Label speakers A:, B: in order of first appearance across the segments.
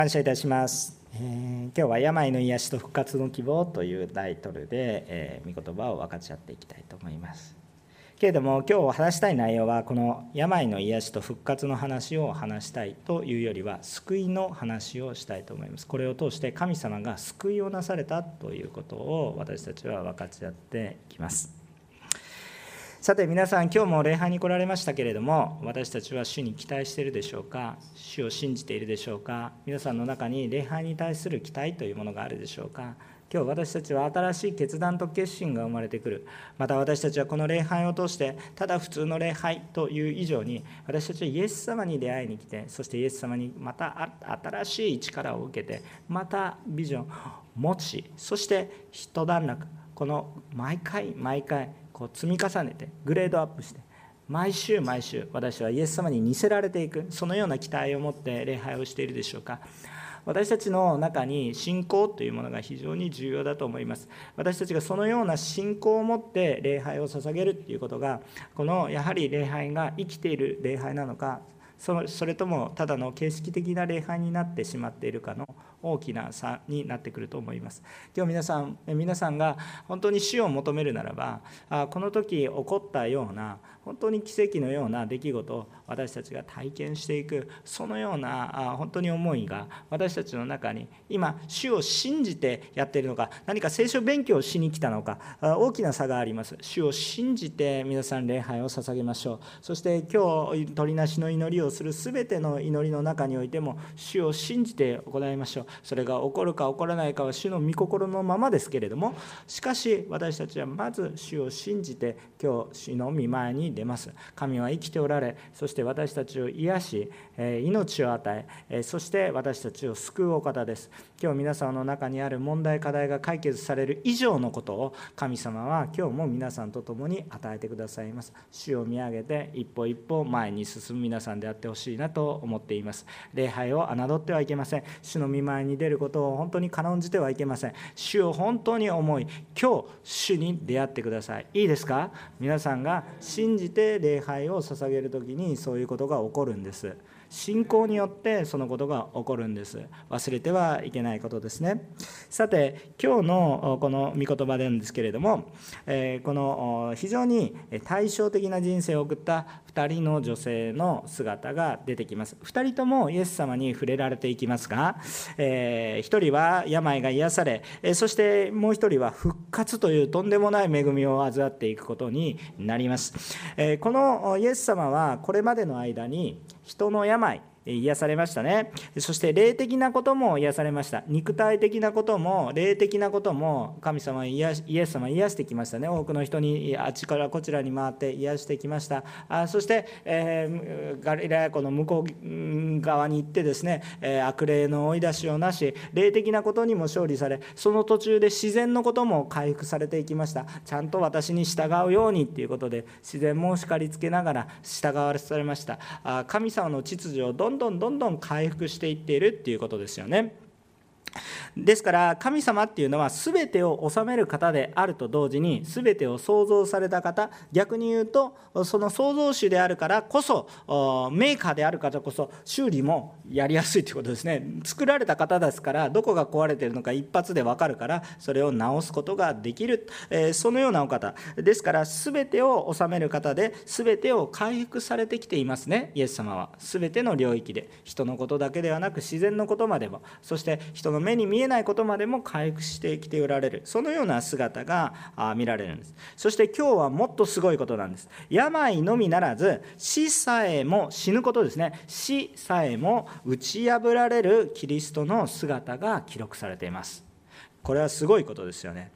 A: 感謝いたします。今日は病の癒しと復活の希望というタイトルで、御言葉を分かち合っていきたいと思います。けれども今日話したい内容はこの病の癒しと復活の話を話したいというよりは救いの話をしたいと思います。これを通して神様が救いをなされたということを私たちは分かち合っていきます。さて皆さん、今日も礼拝に来られましたけれども、私たちは主に期待しているでしょうか。主を信じているでしょうか。皆さんの中に礼拝に対する期待というものがあるでしょうか。今日私たちは新しい決断と決心が生まれてくる。また私たちはこの礼拝を通してただ普通の礼拝という以上に、私たちはイエス様に出会いに来て、そしてイエス様にまた新しい力を受けて、またビジョンを持ち、そして一段落、この毎回積み重ねてグレードアップして、毎週私はイエス様に似せられていく、そのような期待を持って礼拝をしているでしょうか。私たちの中に信仰というものが非常に重要だと思います。私たちがそのような信仰を持って礼拝を捧げるということが、このやはり礼拝が生きている礼拝なのか、それともただの形式的な礼拝になってしまっているかの大きな差になってくると思います。今日皆さんが本当に主を求めるならば、この時起こったような本当に奇跡のような出来事を私たちが体験していく、そのような本当に思いが私たちの中に、今主を信じてやっているのか、何か聖書勉強をしに来たのか、大きな差があります。主を信じて皆さん礼拝を捧げましょう。そして今日取りなしの祈りをするすべての祈りの中においても主を信じて行いましょう。それが起こるか起こらないかは主の御心のままですけれども、しかし私たちはまず主を信じて今日主の御前に出ます。神は生きておられ、そして私たちを癒し命を与え、そして私たちを救うお方です。今日皆さんの中にある問題課題が解決される以上のことを神様は今日も皆さんと共に与えてくださいます。主を見上げて一歩一歩前に進む皆さんであってほしいなと思っています。礼拝を侮ってはいけません。主の御前に出ることを本当に軽んじてはいけません。主を本当に思い、今日主に出会ってください。いいですか。皆さんが信じて礼拝を捧げるときにそういうことが起こるんです。信仰によってそのことが起こるんです。忘れてはいけないことですね。さて今日のこの御言葉なんですけれども、この非常に対照的な人生を送った2人の女性の姿が出てきます。2人ともイエス様に触れられていきますが、1人は病が癒され、そしてもう1人は復活というとんでもない恵みを味わっていくことになります。このイエス様はこれまでの間に人の病癒されましたね。そして霊的なことも癒されました。肉体的なことも霊的なこともイエス様癒してきましたね。多くの人にあちからこちらに回って癒してきました。そして、ガリラヤ湖の向こう側に行ってですね、悪霊の追い出しをなし、霊的なことにも勝利され、その途中で自然のことも回復されていきました。ちゃんと私に従うようにということで自然も叱りつけながら従わされました。神様の秩序をどんどん回復していっているっていうことですよね。ですから神様っていうのは全てを治める方であると同時に、全てを創造された方、逆に言うとその創造主であるからこそ、メーカーであるからこそ修理もやりやすいということですね。作られた方ですから、どこが壊れているのか一発で分かるから、それを直すことができる、そのようなお方ですから、全てを治める方で全てを回復されてきていますね。イエス様は全ての領域で、人のことだけではなく自然のことまでも、そして人の目に見えないことまでも回復してきておられる、そのような姿が見られるんです。そして今日はもっとすごいことなんです。病のみならず死さえも、死ぬことですね、死さえも打ち破られるキリストの姿が記録されています。これはすごいことですよね。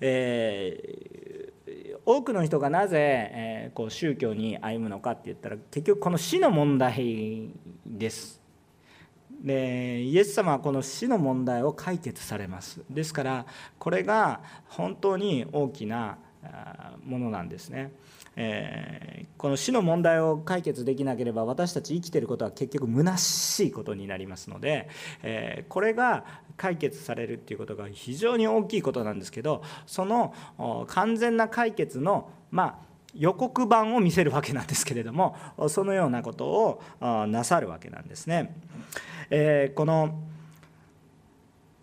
A: 多くの人がなぜ宗教に歩むのかって言ったら、結局この死の問題です。でイエス様はこの死の問題を解決されます。ですからこれが本当に大きなものなんですね。この死の問題を解決できなければ私たち生きていることは結局虚しいことになりますので、これが解決されるっていうことが非常に大きいことなんですけど、その完全な解決の予告版を見せるわけなんですけれども、そのようなことをなさるわけなんですね。この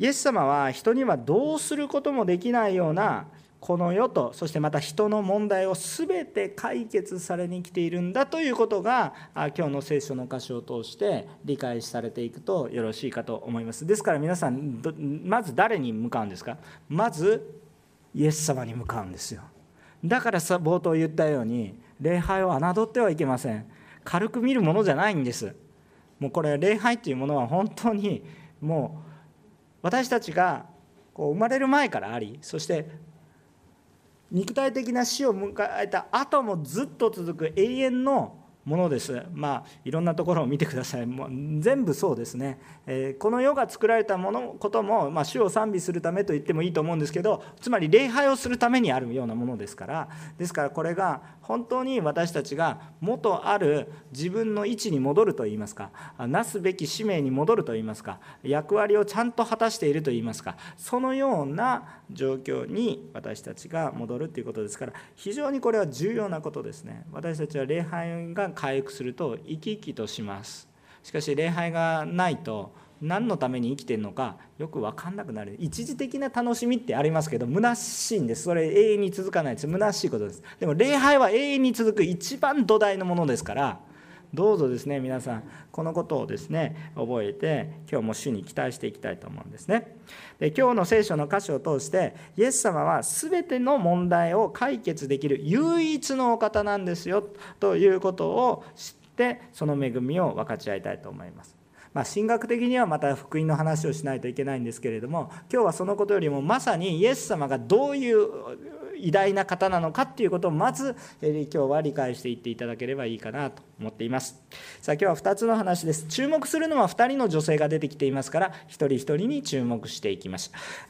A: イエス様は人にはどうすることもできないようなこの世と、そしてまた人の問題を全て解決されに来ているんだということが今日の聖書の箇所を通して理解されていくとよろしいかと思います。ですから皆さん、まず誰に向かうんですか？まずイエス様に向かうんですよ。だから冒頭言ったように、礼拝を侮ってはいけません。軽く見るものじゃないんです。もうこれ、礼拝というものは本当にもう私たちが生まれる前からあり、そして肉体的な死を迎えた後もずっと続く永遠のものです。いろんなところを見てください。もう全部そうですね。この世が作られたことも、主を賛美するためと言ってもいいと思うんですけど、つまり礼拝をするためにあるようなものですから、ですからこれが本当に私たちが元ある自分の位置に戻るといいますか、なすべき使命に戻るといいますか、役割をちゃんと果たしているといいますか、そのような状況に私たちが戻るということですから、非常にこれは重要なことですね。私たちは礼拝が回復すると生き生きとします。しかし礼拝がないと何のために生きているのかよく分かんなくなる。一時的な楽しみってありますけど虚しいんです。それ永遠に続かないです。虚しいことです。でも礼拝は永遠に続く一番土台のものですから、どうぞですね、皆さんこのことをですね覚えて、今日も主に期待していきたいと思うんですね。で、今日の聖書の箇所を通してイエス様は全ての問題を解決できる唯一のお方なんですよということを知って、その恵みを分かち合いたいと思います。神学的にはまた福音の話をしないといけないんですけれども、今日はそのことよりもまさにイエス様がどういう偉大な方なのかということをまず今日は理解していっていただければいいかなと思っています。さあ、今日は2つの話です。注目するのは2人の女性が出てきていますから、一人一人に注目していきます。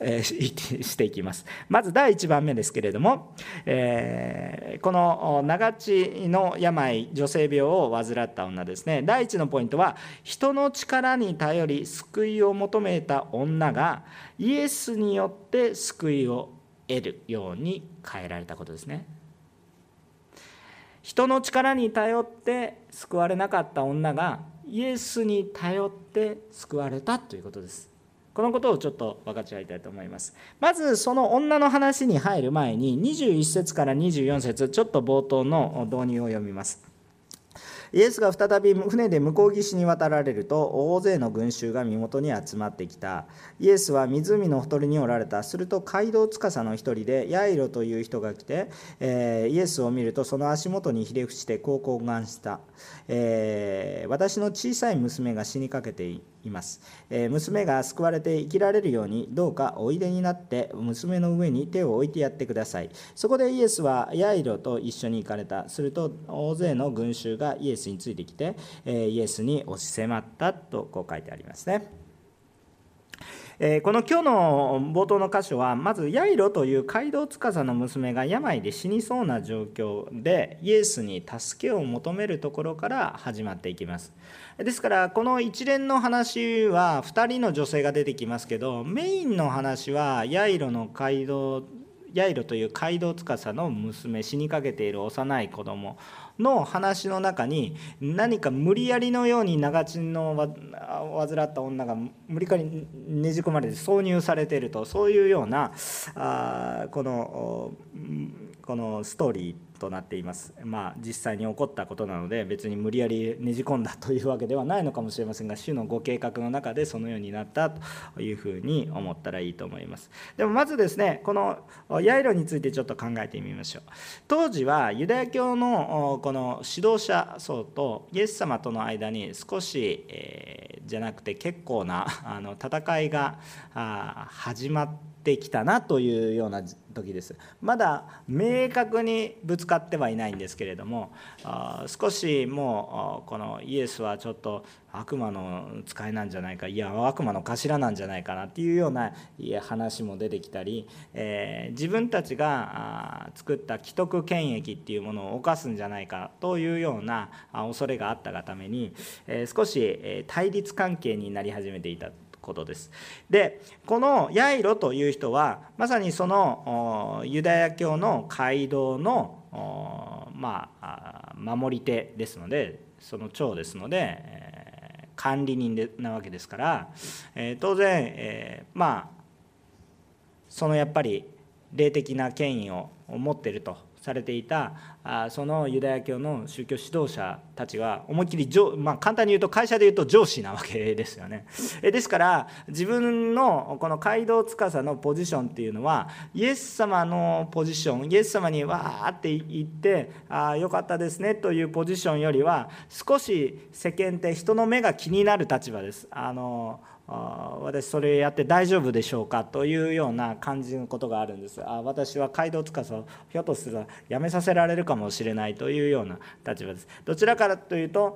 A: まず第1番目ですけれども、この長血の病、女性病を患った女ですね。第1のポイントは、人の力に頼り救いを求めた女がイエスによって救いを得るように変えられたことですね。人の力に頼って救われなかった女がイエスに頼って救われたということです。このことをちょっと分かち合いたいと思います。まずその女の話に入る前に21節から24節、ちょっと冒頭の導入を読みます。イエスが再び船で向こう岸に渡られると、大勢の群衆が身元に集まってきた。イエスは湖のほとりにおられた。すると街道司の一人でヤイロという人が来て、イエスを見るとその足元にひれ伏してこう懇願した。私の小さい娘が死にかけています。娘が救われて生きられるように、どうかおいでになって娘の上に手を置いてやってください。そこでイエスはヤイロと一緒に行かれた。すると大勢の群衆がイエスについてきて、イエスに押し迫ったとこう書いてありますね。この今日の冒頭の箇所は、まずヤイロという街道司の娘が病で死にそうな状況でイエスに助けを求めるところから始まっていきます。ですからこの一連の話は2人の女性が出てきますけど、メインの話はヤイロという街道司の娘、死にかけている幼い子供の話の中に、何か無理やりのように長血の患った女が無理かりねじ込まれて挿入されていると、そういうようなこのストーリーとなっています。実際に起こったことなので、別に無理やりねじ込んだというわけではないのかもしれませんが、主のご計画の中でそのようになったというふうに思ったらいいと思います。でもまずですね、このヤイロについてちょっと考えてみましょう。当時はユダヤ教のこの指導者層とイエス様との間に少し、じゃなくて結構な戦いが始まってきたなというような時です。まだ明確にぶつかってはいないんですけれども、少しもうこのイエスはちょっと悪魔の使いなんじゃないか、いや悪魔の頭なんじゃないかなっていうような話も出てきたり、自分たちが作った既得権益っていうものを犯すんじゃないかというような恐れがあったがために、少し対立関係になり始めていたことです。で、このヤイロという人はまさにそのユダヤ教の街道の守り手ですので、その長ですので、 管理人なわけですから、当然、そのやっぱり霊的な権威を持っているとされていたそのユダヤ教の宗教指導者たちは思いっきり簡単に言うと会社で言うと上司なわけですよね。ですから自分のこの街道司のポジションっていうのはイエス様のポジション、イエス様にわーって言ってよかったですねというポジションよりは少し世間って人の目が気になる立場です。私それやって大丈夫でしょうかというような感じのことがあるんです。私は街道司をひょっとすると辞めさせられるかもしれないというような立場です。どちらかというと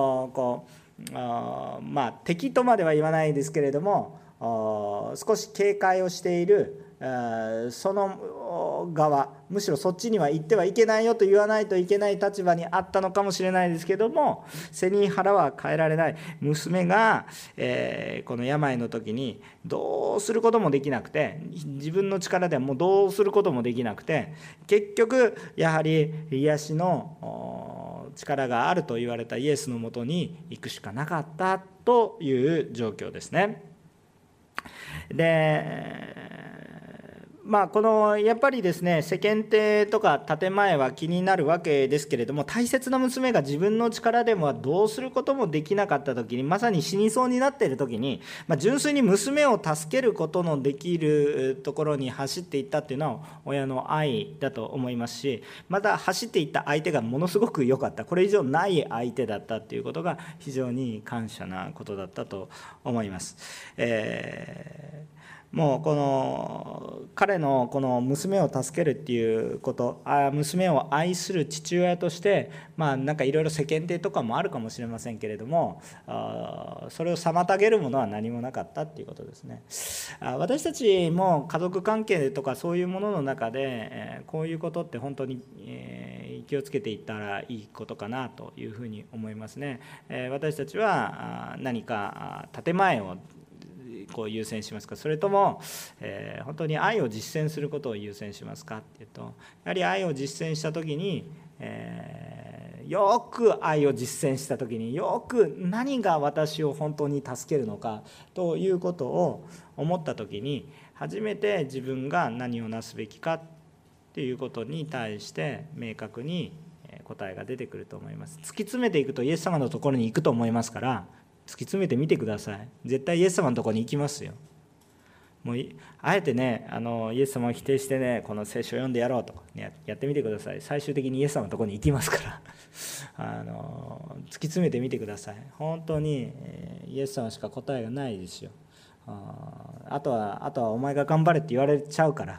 A: 敵とまでは言わないですけれども少し警戒をしているその側、むしろそっちには行ってはいけないよと言わないといけない立場にあったのかもしれないですけども、背に腹は変えられない娘が、この病の時にどうすることもできなくて、自分の力ではもうどうすることもできなくて、結局やはり癒しの力があると言われたイエスのもとに行くしかなかったという状況ですね。でこのやっぱりですね、世間体とか建前は気になるわけですけれども、大切な娘が自分の力でもどうすることもできなかった時に、まさに死にそうになっている時に、純粋に娘を助けることのできるところに走っていったっていうのは親の愛だと思いますし、また走っていった相手がものすごく良かった、これ以上ない相手だったっていうことが非常に感謝なことだったと思います。もうこの彼のこの娘を助けるっていうこと、娘を愛する父親としてなんかいろいろ世間体とかもあるかもしれませんけれども、それを妨げるものは何もなかったっていうことですね。私たちも家族関係とかそういうものの中でこういうことって本当に気をつけていったらいいことかなというふうに思いますね。私たちは何か建前を優先しますか、それとも、本当に愛を実践することを優先しますかっていうと、やはり愛を実践した時に、よく愛を実践した時によく何が私を本当に助けるのかということを思った時に、初めて自分が何をなすべきかっていうことに対して明確に答えが出てくると思います。突き詰めていくとイエス様のところに行くと思いますから、突き詰めてみてください。絶対イエス様のところに行きますよ。もうあえてね、イエス様を否定してね、この聖書を読んでやろうとか、ね、やってみてください。最終的にイエス様のところに行きますから突き詰めてみてください。本当にイエス様しか答えがないですよ。あとはお前が頑張れって言われちゃうから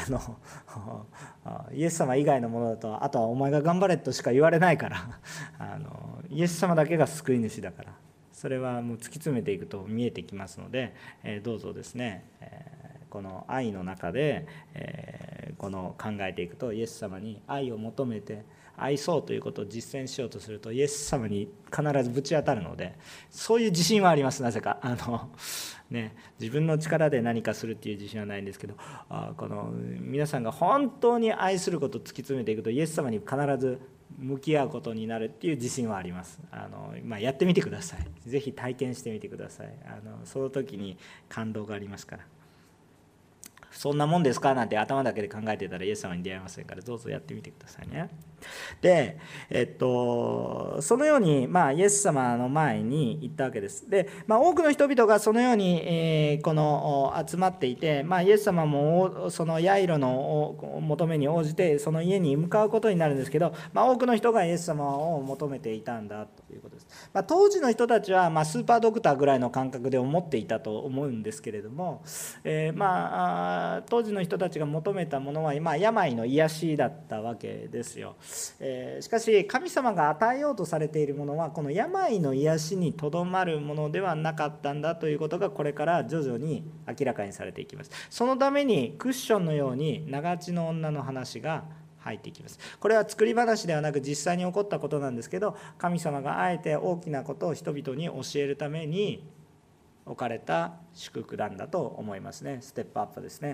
A: イエス様以外のものだとあとはお前が頑張れとしか言われないからイエス様だけが救い主だから、それはもう突き詰めていくと見えてきますので、どうぞですね、この愛の中で、この考えていくと、イエス様に愛を求めて愛そうということを実践しようとするとイエス様に必ずぶち当たるので、そういう自信はあります。なぜか自分の力で何かするっていう自信はないんですけど、この皆さんが本当に愛することを突き詰めていくとイエス様に必ず向き合うことになるっていう自信はあります。やってみてください。ぜひ体験してみてください。その時に感動がありますから。そんなもんですかなんて頭だけで考えてたらイエス様に出会えませんから、どうぞやってみてくださいね。で、そのように、イエス様の前に行ったわけです。で、多くの人々がそのように、集まっていて、イエス様もそのヤイロの求めに応じてその家に向かうことになるんですけど、多くの人がイエス様を求めていたんだということです。当時の人たちは、スーパードクターぐらいの感覚で思っていたと思うんですけれども、当時の人たちが求めたものは、病の癒しだったわけですよ。しかし神様が与えようとされているものはこの病の癒しにとどまるものではなかったんだということがこれから徐々に明らかにされていきます。そのためにクッションのように長血の女の話が入っていきます。これは作り話ではなく実際に起こったことなんですけど、神様があえて大きなことを人々に教えるために置かれた祝福なんだと思いますね。ステップアップですね。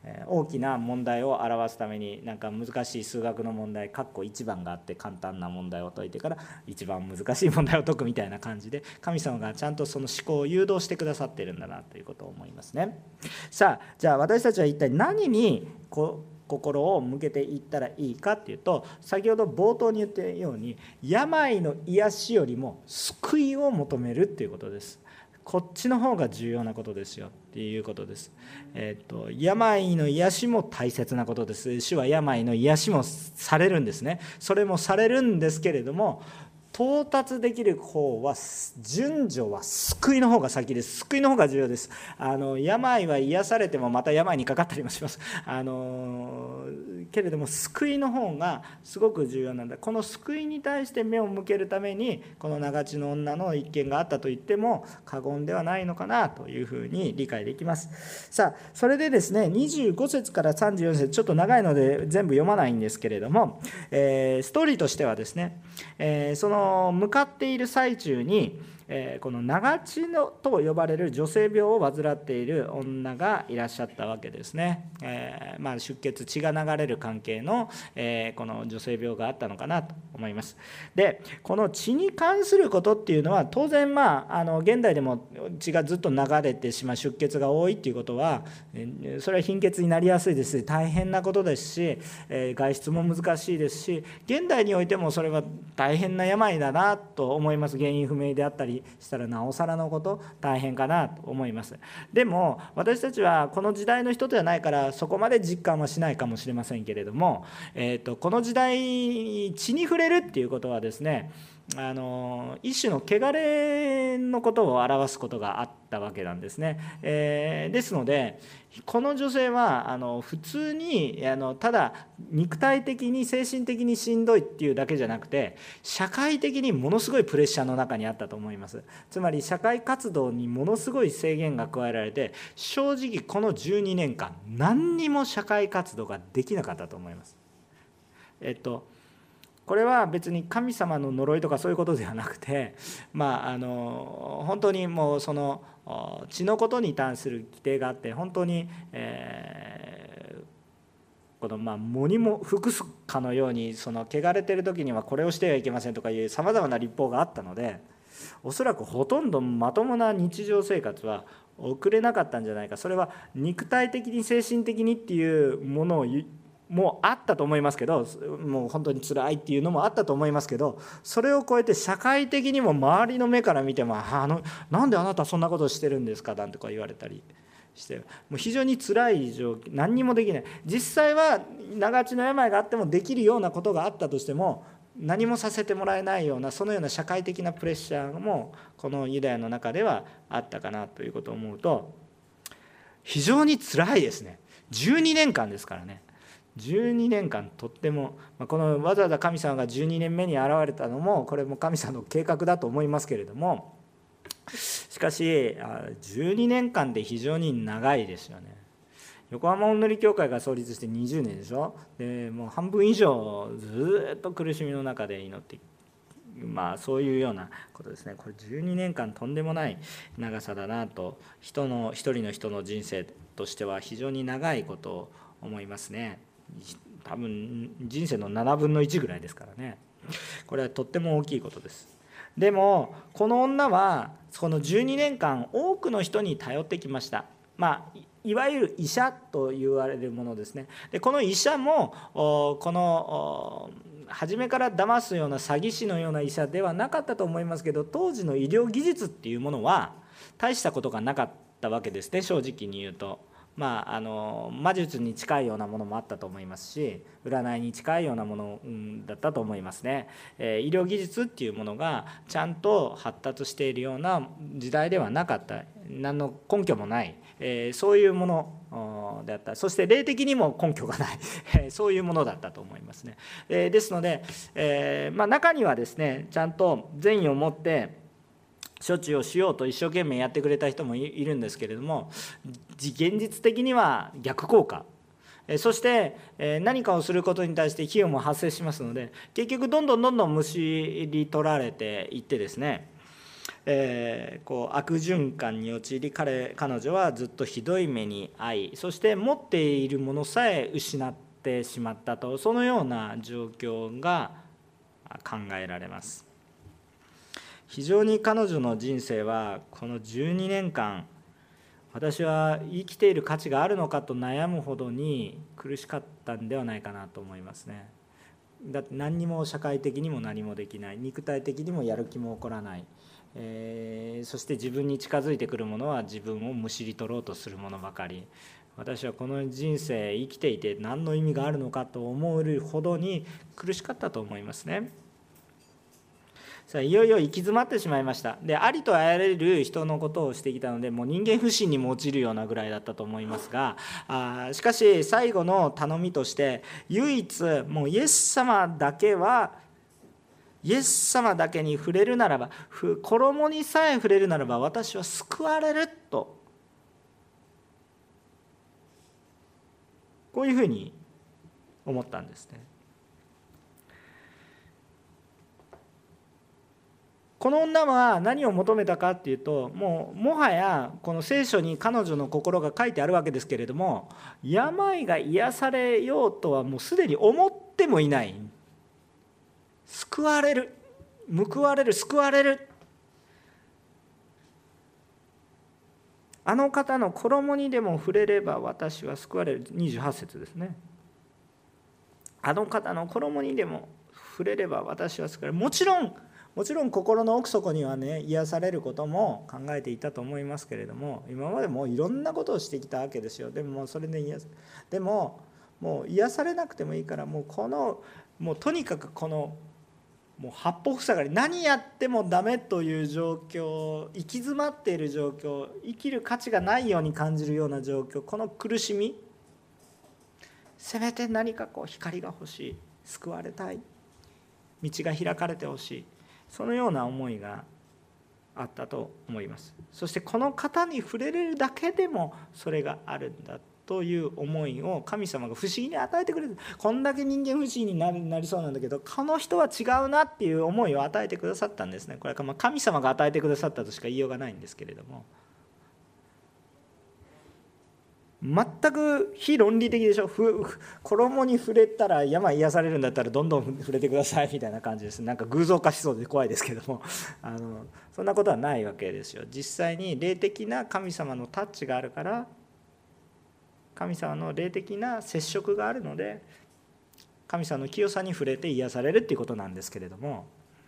A: 大きな問題を表すためになんか難しい数学の問題1番があって簡単な問題を解いてから一番難しい問題を解くみたいな感じで、神様がちゃんとその思考を誘導してくださっているんだなということを思いますね。さあ、じゃあ私たちは一体何に心を向けていったらいいかっていうと、先ほど冒頭に言ったように病の癒しよりも救いを求めるっていうことです。こっちの方が重要なことですよっていうことです。病の癒しも大切なことです。主は病の癒しもされるんですね。それもされるんですけれども、到達できる方は順序は救いの方が先です。救いの方が重要です。病は癒されてもまた病にかかったりもします。けれども救いの方がすごく重要なんだ。この救いに対して目を向けるためにこの長地の女の一件があったと言っても過言ではないのかなというふうに理解できます。さあ、それでですね、25節から34節、ちょっと長いので全部読まないんですけれども、ストーリーとしてはですね、その向かっている最中にこの長血と呼ばれる女性病を患っている女がいらっしゃったわけですね。出血、血が流れる関係のこの女性病があったのかなと思います。で、この血に関することっていうのは当然現代でも血がずっと流れてしまう、出血が多いっていうことはそれは貧血になりやすいですし大変なことですし、外出も難しいですし、現代においてもそれは大変な病だなと思います。原因不明であったりしたらなおさらのこと、大変かなと思います。でも私たちはこの時代の人ではないからそこまで実感はしないかもしれませんけれども、この時代血に触れるっていうことはですね、一種の汚れのことを表すことがあったわけなんですね。ですのでこの女性は普通にただ肉体的に精神的にしんどいっていうだけじゃなくて、社会的にものすごいプレッシャーの中にあったと思います。つまり社会活動にものすごい制限が加えられて、正直この12年間何にも社会活動ができなかったと思います。これは別に神様の呪いとかそういうことではなくて、本当にもうその血のことに関する規定があって、本当に、この藻にも服すかのように、その汚れてる時にはこれをしてはいけませんとかいうさまざまな律法があったので、おそらくほとんどまともな日常生活は送れなかったんじゃないか。それは肉体的に精神的にっていうものをもあったと思いますけど、もう本当に辛いっていうのもあったと思いますけど、それを超えて社会的にも周りの目から見てもなんであなたそんなことしてるんですかなんて言われたりして、もう非常に辛い状況、何にもできない。実際は長血の病があってもできるようなことがあったとしても何もさせてもらえないような、そのような社会的なプレッシャーもこのユダヤの中ではあったかなということを思うと、非常に辛いですね。12年間ですからね。12年間とっても、このわざわざ神様が12年目に現れたのもこれも神様の計画だと思いますけれども、しかし12年間で非常に長いですよね。横浜おんのり教会が創立して20年でしょ。でもう半分以上ずっと苦しみの中で祈ってそういうようなことですね。これ12年間とんでもない長さだなと、一人の人の人生としては非常に長いことを思いますね。多分人生の7分の1ぐらいですからね。これはとっても大きいことです。でもこの女はこの12年間多くの人に頼ってきました。いわゆる医者と言われるものですね。でこの医者もこの初めから騙すような詐欺師のような医者ではなかったと思いますけど、当時の医療技術っていうものは大したことがなかったわけですね、正直に言うと。魔術に近いようなものもあったと思いますし、占いに近いようなものだったと思いますね。医療技術っていうものがちゃんと発達しているような時代ではなかった、何の根拠もない、そういうものであった。そして霊的にも根拠がないそういうものだったと思いますね。ですので、中にはですね、ちゃんと善意を持って処置をしようと一生懸命やってくれた人もいるんですけれども、現実的には逆効果、そして何かをすることに対して費用も発生しますので、結局どんどんむしり取られていってですね、 こう悪循環に陥り彼女はずっとひどい目に遭い、そして持っているものさえ失ってしまったと、そのような状況が考えられます。非常に彼女の人生はこの12年間、私は生きている価値があるのかと悩むほどに苦しかったんではないかなと思いますね。だって何にも社会的にも何もできない、肉体的にもやる気も起こらない、そして自分に近づいてくるものは自分をむしり取ろうとするものばかり。私はこの人生生きていて何の意味があるのかと思うほどに苦しかったと思いますね。いよいよ行き詰まってしまいました。で、ありとあらゆる人のことをしてきたので、もう人間不信にも陥るようなぐらいだったと思いますが、しかし最後の頼みとして、唯一もうイエス様だけに触れるならば、衣にさえ触れるならば私は救われると、こういうふうに思ったんですね。この女は何を求めたかっていうと、もはやこの聖書に彼女の心が書いてあるわけですけれども、病が癒されようとはもうすでに思ってもいない。救われる、報われる、救われる、あの方の衣にでも触れれば私は救われる。28節ですね。あの方の衣にでも触れれば私は救われる。もちろん心の奥底にはね、癒されることも考えていたと思いますけれども、今までもいろんなことをしてきたわけですよ。でもそれでもう癒されなくてもいいから、もうとにかくこのもう八方塞がり、何やってもダメという状況、行き詰まっている状況、生きる価値がないように感じるような状況、この苦しみ、せめて何か光が欲しい、救われたい、道が開かれてほしい、そのような思いがあったと思います。そしてこの方に触れるだけでもそれがあるんだという思いを神様が不思議に与えてくれる。こんだけ人間不思議になりそうなんだけど、この人は違うなっていう思いを与えてくださったんですね。これは神様が与えてくださったとしか言いようがないんですけれども、全く非論理的でしょ。衣に触れたら病癒されるんだったらどんどん触れてくださいみたいな感じです。なんか偶像化しそうで怖いですけどもそんなことはないわけですよ。実際に霊的な神様のタッチがあるから、神様の霊的な接触があるので、神様の清さに触れて癒されるっていうことなんですけれども、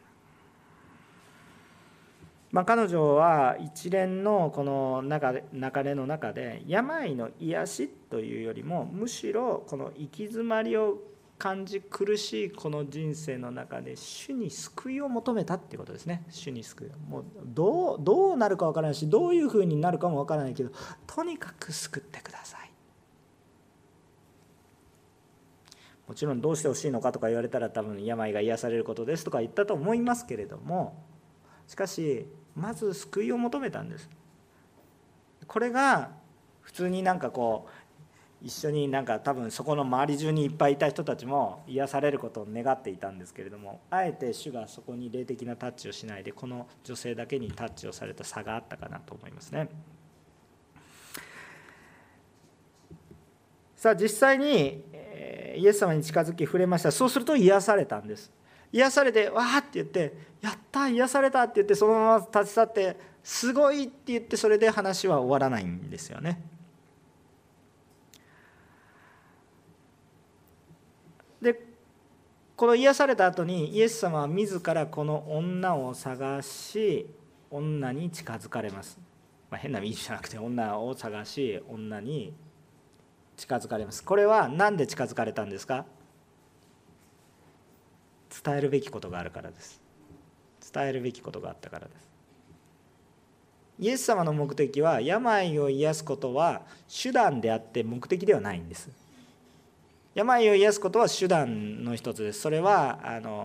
A: 彼女は一連のこの流れの中で病の癒しというよりも、むしろこの行き詰まりを感じ苦しいこの人生の中で主に救いを求めたっていうことですね。主に救い、もうどうなるか分からないし、どういうふうになるかも分からないけど、とにかく救ってください。もちろんどうしてほしいのかとか言われたら、多分病が癒されることですとか言ったと思いますけれども、しかしまず救いを求めたんです。これが普通に一緒に多分そこの周り中にいっぱいいた人たちも癒されることを願っていたんですけれども、あえて主がそこに霊的なタッチをしないで、この女性だけにタッチをされた差があったかなと思いますね。さあ実際にイエス様に近づき触れました。そうすると癒されたんです。癒されてわーって言って、やった癒されたって言って、そのまま立ち去ってすごいって言って、それで話は終わらないんですよね。でこの癒された後にイエス様は自らこの女を探し、女に近づかれます。変な意味じゃなくて、女を探し女に近づかれます。これは何で近づかれたんですか？伝えるべきことがあるからです。伝えるべきことがあったからです。イエス様の目的は、病を癒すことは手段であって目的ではないんです。病を癒すことは手段の一つです。それは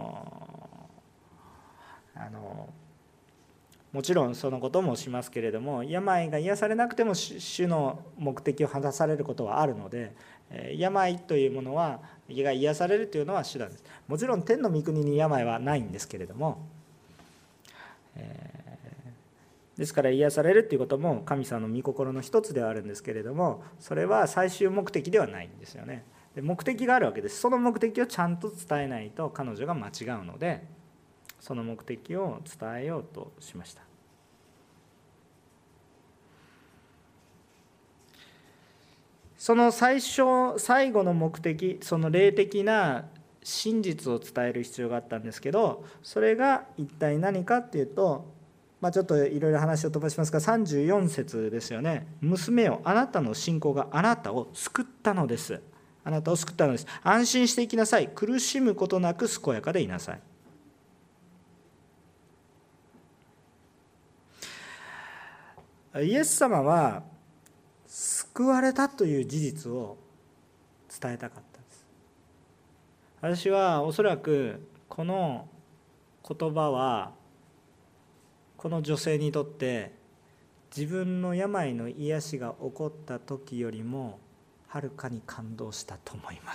A: もちろんそのこともしますけれども、病が癒されなくても主の目的を果たされることはあるので、病というものはが癒されるというのは手段です。もちろん天の御国に病はないんですけれども、 ですから癒されるっていうことも神様の御心の一つではあるんですけれども、それは最終目的ではないんですよね。で目的があるわけです。その目的をちゃんと伝えないと彼女が間違うので、その目的を伝えようとしました。その最後の目的、その霊的な真実を伝える必要があったんですけど、それが一体何かっていうと、ちょっといろいろ話を飛ばしますが、34節ですよね。娘よ、あなたの信仰があなたを救ったのです。あなたを救ったのです。安心していきなさい。苦しむことなく健やかでいなさい。イエス様は救われたという事実を伝えたかったんです。私はおそらくこの言葉はこの女性にとって自分の病の癒しが起こった時よりもはるかに感動したと思います。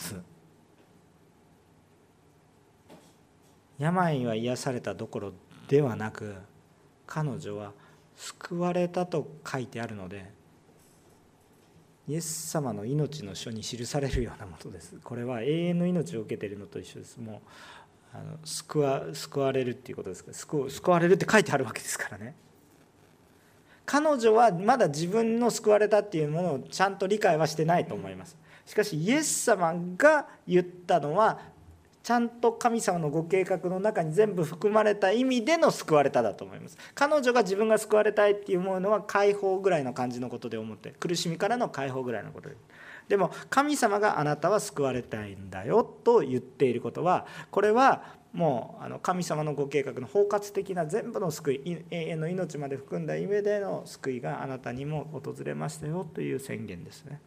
A: 病は癒されたどころではなく、彼女は救われたと書いてあるので、イエス様の命の書に記されるようなものです。これは永遠の命を受けているのと一緒です。もう救われるっていうことですから、救われるって書いてあるわけですからね。彼女はまだ自分の救われたっていうものをちゃんと理解はしてないと思います。しかしイエス様が言ったのはちゃんと神様のご計画の中に全部含まれた意味での救われただと思います。彼女が自分が救われたいっていうものは解放ぐらいの感じのことで思って、苦しみからの解放ぐらいのことでも神様があなたは救われたいんだよと言っていることは、これはもう神様のご計画の包括的な全部の救い、永遠の命まで含んだ意味での救いがあなたにも訪れましたよという宣言ですね。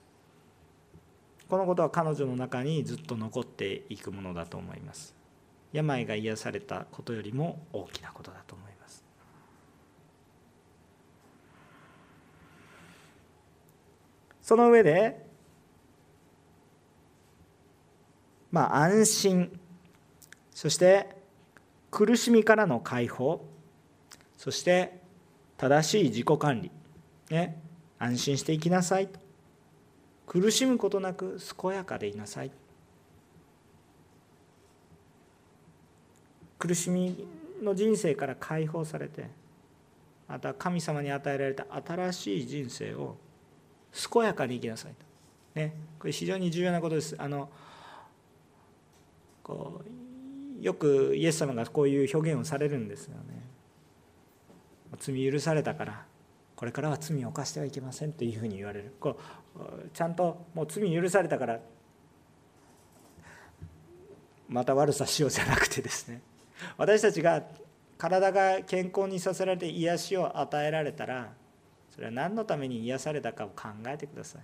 A: このことは彼女の中にずっと残っていくものだと思います。病が癒されたことよりも大きなことだと思います。その上で安心、そして苦しみからの解放、そして正しい自己管理、安心していきなさいと、苦しむことなく健やかでいなさい。苦しみの人生から解放されて、また神様に与えられた新しい人生を健やかに生きなさいと、これ非常に重要なことです。よくイエス様がこういう表現をされるんですよね。罪許されたからこれからは罪を犯してはいけませんというふうに言われる。ちゃんともう罪許されたからまた悪さしようじゃなくてですね、私たちが体が健康にさせられて癒しを与えられたら、それは何のために癒されたかを考えてください。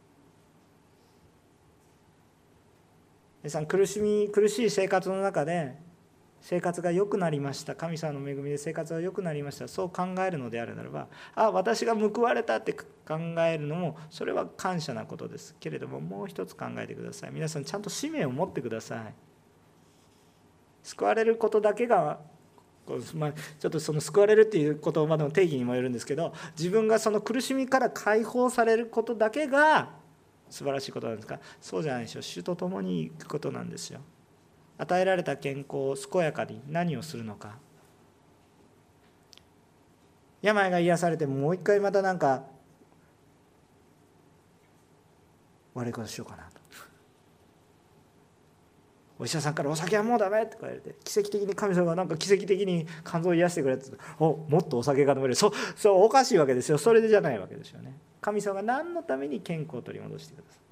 A: 皆さん苦しい生活の中で生活が良くなりました、神様の恵みで生活が良くなりました、そう考えるのであるならば、私が報われたって考えるのもそれは感謝なことですけれども、もう一つ考えてください。皆さんちゃんと使命を持ってください。救われることだけがちょっとその救われるっていう言葉の定義にもよるんですけど、自分がその苦しみから解放されることだけが素晴らしいことなんですか？そうじゃないでしょう。主と共に行くことなんですよ。与えられた健康を健やかに何をするのか。病が癒されてもう一回また悪いことしようかなと、お医者さんからお酒はもうダメって言われて、奇跡的に神様が奇跡的に肝臓を癒してくれってもっとお酒が飲める、そうおかしいわけですよ。それじゃないわけですよね。神様が何のために健康を取り戻してくださ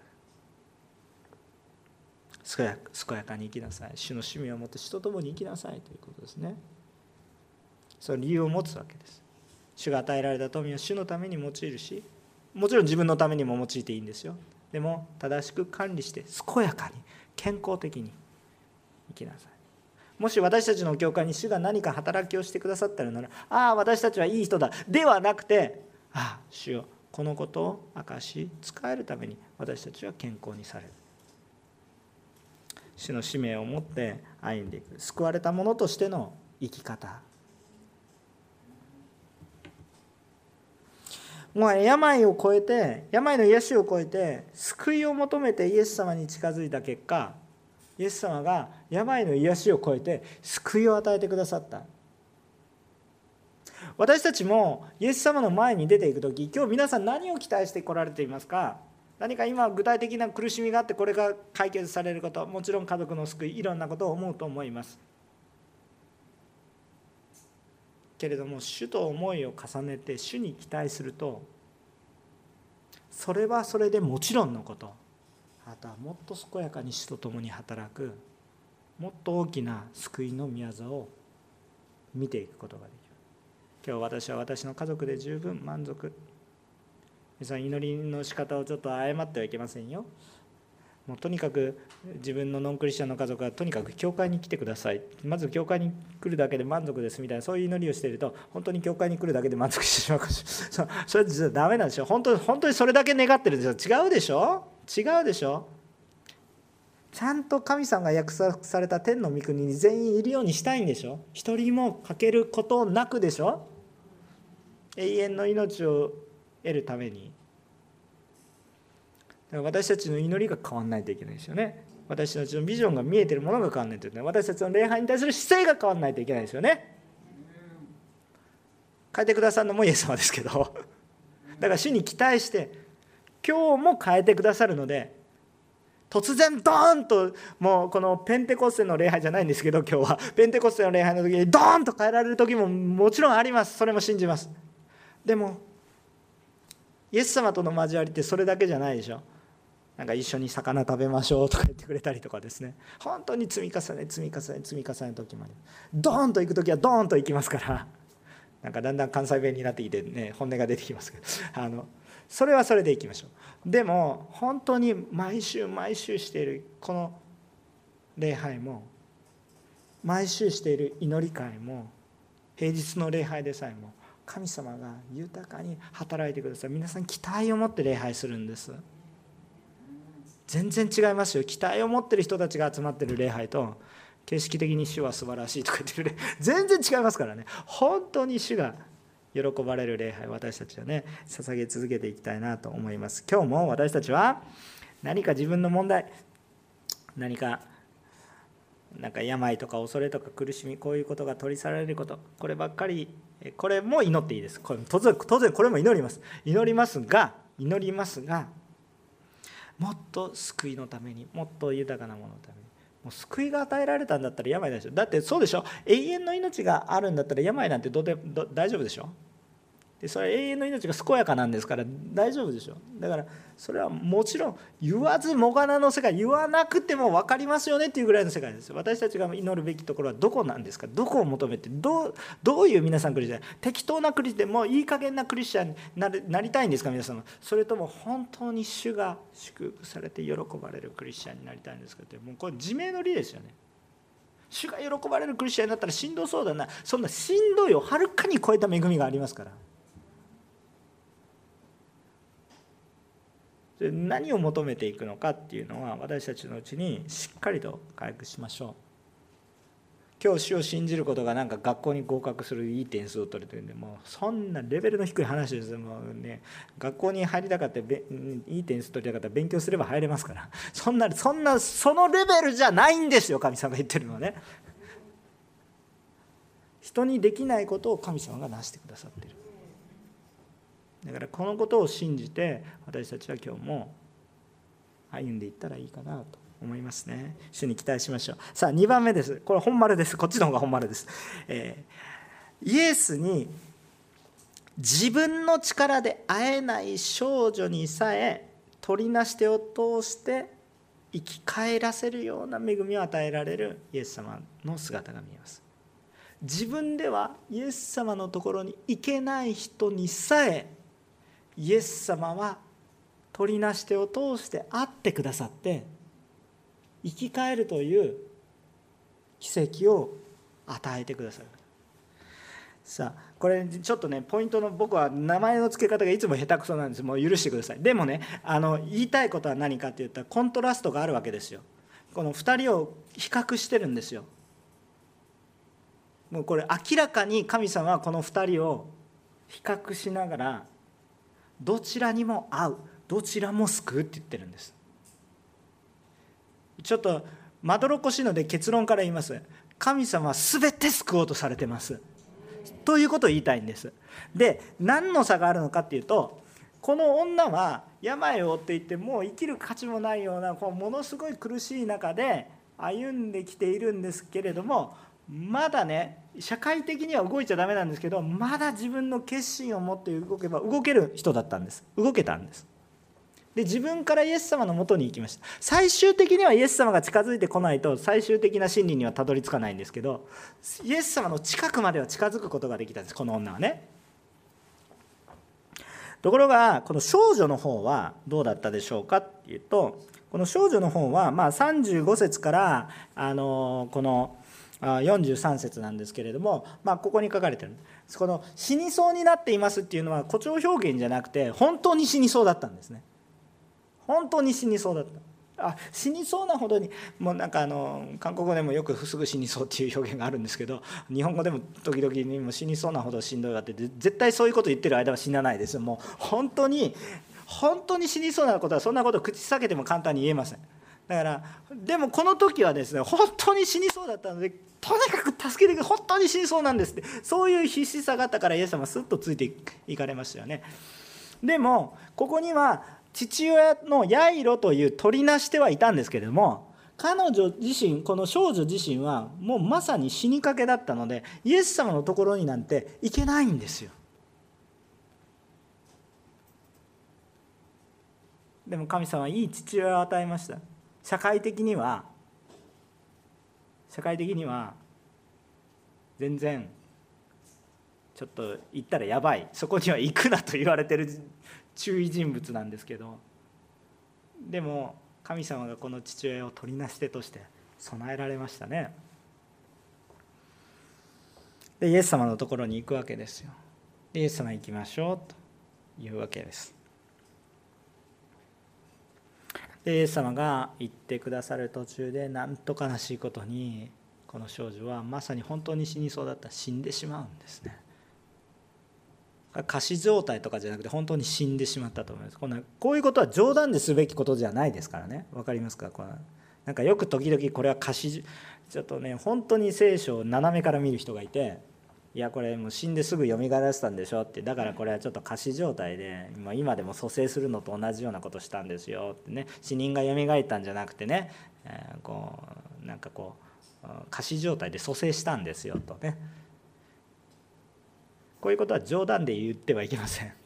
A: ったか。健やかに生きなさい、主の使命を持って主と共に生きなさいということですね。その理由を持つわけです。主が与えられた富は主のために用いるし、もちろん自分のためにも用いていいんですよ。でも正しく管理して健やかに健康的に生きなさい。もし私たちの教会に主が何か働きをしてくださったらなら、私たちはいい人だではなくて、主よこのことを明かし使えるために私たちは健康にされる。主の使命を持って歩んでいく、救われた者としての生き方、 もう病を超えて、病の癒しを超えて救いを求めてイエス様に近づいた結果、イエス様が病の癒しを超えて救いを与えてくださった。私たちもイエス様の前に出ていくとき、今日皆さん何を期待して来られていますか？何か今具体的な苦しみがあって、これが解決されること、もちろん家族の救い、いろんなことを思うと思いますけれども、主と思いを重ねて主に期待すると、それはそれでもちろんのこと、あとはもっと健やかに主と共に働く、もっと大きな救いの御業を見ていくことができる。今日私は私の家族で十分満足。皆さん、祈りの仕方をちょっと誤ってはいけませんよ。もうとにかく自分のノンクリスチャンの家族はとにかく教会に来てください、まず教会に来るだけで満足ですみたいな、そういう祈りをしていると、本当に教会に来るだけで満足してしまうかもしれない。それ実はダメなんでしょ。本当にそれだけ願ってるでしょ。違うでしょ。ちゃんと神様が約束された天の御国に全員いるようにしたいんでしょ。一人も欠けることなくでしょ。永遠の命を得るために。だから私たちの祈りが変わらないといけないですよね。私たちのビジョンが見えているものが変わらないといけない。私たちの礼拝に対する姿勢が変わらないといけないですよね。変えてくださるのもイエス様ですけど、だから主に期待して今日も変えてくださるので、突然ドーンと、もうこのペンテコステの礼拝じゃないんですけど、今日はペンテコステの礼拝の時にドーンと変えられる時ももちろんあります。それも信じます。でもイエス様との交わりってそれだけじゃないでしょ。なんか一緒に魚食べましょうとか言ってくれたりとかですね、本当に積み重ねる時もあります。ドーンと行く時はドーンと行きますから、なんかだんだん関西弁になってきてね、本音が出てきますけど、それはそれでいきましょう。でも本当に毎週しているこの礼拝も、毎週している祈り会も、平日の礼拝でさえも神様が豊かに働いてください。皆さん期待を持って礼拝するんです。全然違いますよ。期待を持ってる人たちが集まってる礼拝と、形式的に主は素晴らしいとか言ってる礼拝、全然違いますからね。本当に主が喜ばれる礼拝、私たちはね、捧げ続けていきたいなと思います。今日も私たちは何か自分の問題、なんか病とか恐れとか苦しみ、こういうことが取り去られること、こればっかり、これも祈っていいです。当然これも祈りますが、もっと救いのために、もっと豊かなもののために、もう救いが与えられたんだったら病ないでしょ。だってそうでしょ。永遠の命があるんだったら病なんて大丈夫でしょ。でそれは永遠の命が健やかなんですから大丈夫でしょ。だからそれはもちろん言わずもがなの世界、言わなくても分かりますよねっていうぐらいの世界です。私たちが祈るべきところはどこなんですか。どこを求めて、どういう皆さんクリスチャン、適当なクリスチャン、もういい加減なクリスチャンになりたいんですか皆さん。それとも本当に主が祝福されて喜ばれるクリスチャンになりたいんですかって、もうこれ自明の理ですよね。主が喜ばれるクリスチャンになったらしんどそうだな。そんなしんどいをはるかに超えた恵みがありますから。何を求めていくのかっていうのは私たちのうちにしっかりと回復しましょう。今日主を信じることがなんか学校に合格するいい点数を取るというんで、もうそんなレベルの低い話です。もうね、学校に入りたかったらいい点数取りたかったら勉強すれば入れますから、そのレベルじゃないんですよ。神様が言ってるのはね、人にできないことを神様がなしてくださっている。だからこのことを信じて私たちは今日も歩んでいったらいいかなと思いますね。主に期待しましょう。さあ2番目です。これ本丸です。こっちの方が本丸です。イエスに自分の力で会えない少女にさえ取りなし手を通して生き返らせるような恵みを与えられるイエス様の姿が見えます。自分ではイエス様のところに行けない人にさえイエス様は取りなし手を通して会ってくださって生き返るという奇跡を与えてくださる。さあこれちょっとねポイントの、僕は名前の付け方がいつも下手くそなんです。もう許してください。でもね言いたいことは何かっていったらコントラストがあるわけですよ。この2人を比較してるんですよ。もうこれ明らかに神様はこの2人を比較しながら、 どちらにも合う、どちらも救うって言ってるんです。ちょっとまどろっこしいので結論から言います。神様は全て救おうとされてますということを言いたいんです。で、何の差があるのかっていうと、この女は病を負っていてもう生きる価値もないようなものすごい苦しい中で歩んできているんですけれども、まだね、社会的には動いちゃダメなんですけど、まだ自分の決心を持って動けば動ける人だったんです。動けたんです。で、自分からイエス様のもとに行きました。最終的にはイエス様が近づいてこないと最終的な真理にはたどり着かないんですけど、イエス様の近くまでは近づくことができたんです、この女はね。ところがこの少女の方はどうだったでしょうかっていうと、この少女の方は35節からこの43節なんですけれども、ここに書かれてる、この死にそうになっていますっていうのは誇張表現じゃなくて、本当に死にそうだったんですね。本当に死にそうだった。死にそうなほどに、もう韓国語でもよくすぐ死にそうっていう表現があるんですけど、日本語でも時々にも死にそうなほどしんどいわって、絶対そういうこと言ってる間は死なないです。もう本当に死にそうなことはそんなこと口避けても簡単に言えません。だからでもこの時はですね、本当に死にそうだったので、とにかく助けてくれ、本当に死にそうなんですって、そういう必死さがあったからイエス様はスッとついていかれましたよね。でもここには父親のヤイロという取りなしてはいたんですけれども、彼女自身、この少女自身はもうまさに死にかけだったので、イエス様のところになんて行けないんですよ。でも神様はいい父親を与えました。社会的には全然ちょっと行ったらやばい、そこには行くなと言われてる注意人物なんですけど、でも神様がこの父親を取りなし手として備えられましたね。でイエス様のところに行くわけですよ。でイエス様行きましょうというわけです。でイエス様が行ってくださる途中で、なんと悲しいことにこの少女はまさに本当に死にそうだった、死んでしまうんですね。仮死状態とかじゃなくて本当に死んでしまったと思います。こういうことは冗談ですべきことじゃないですからね。わかりますか？よく時々これは仮死、ちょっとね、本当に聖書を斜めから見る人がいて、いやこれもう死んですぐ蘇らせたんでしょって、だからこれはちょっと仮死状態で今でも蘇生するのと同じようなことしたんですよってね、死人が蘇ったんじゃなくてね、仮死状態で蘇生したんですよとね、こういうことは冗談で言ってはいけません。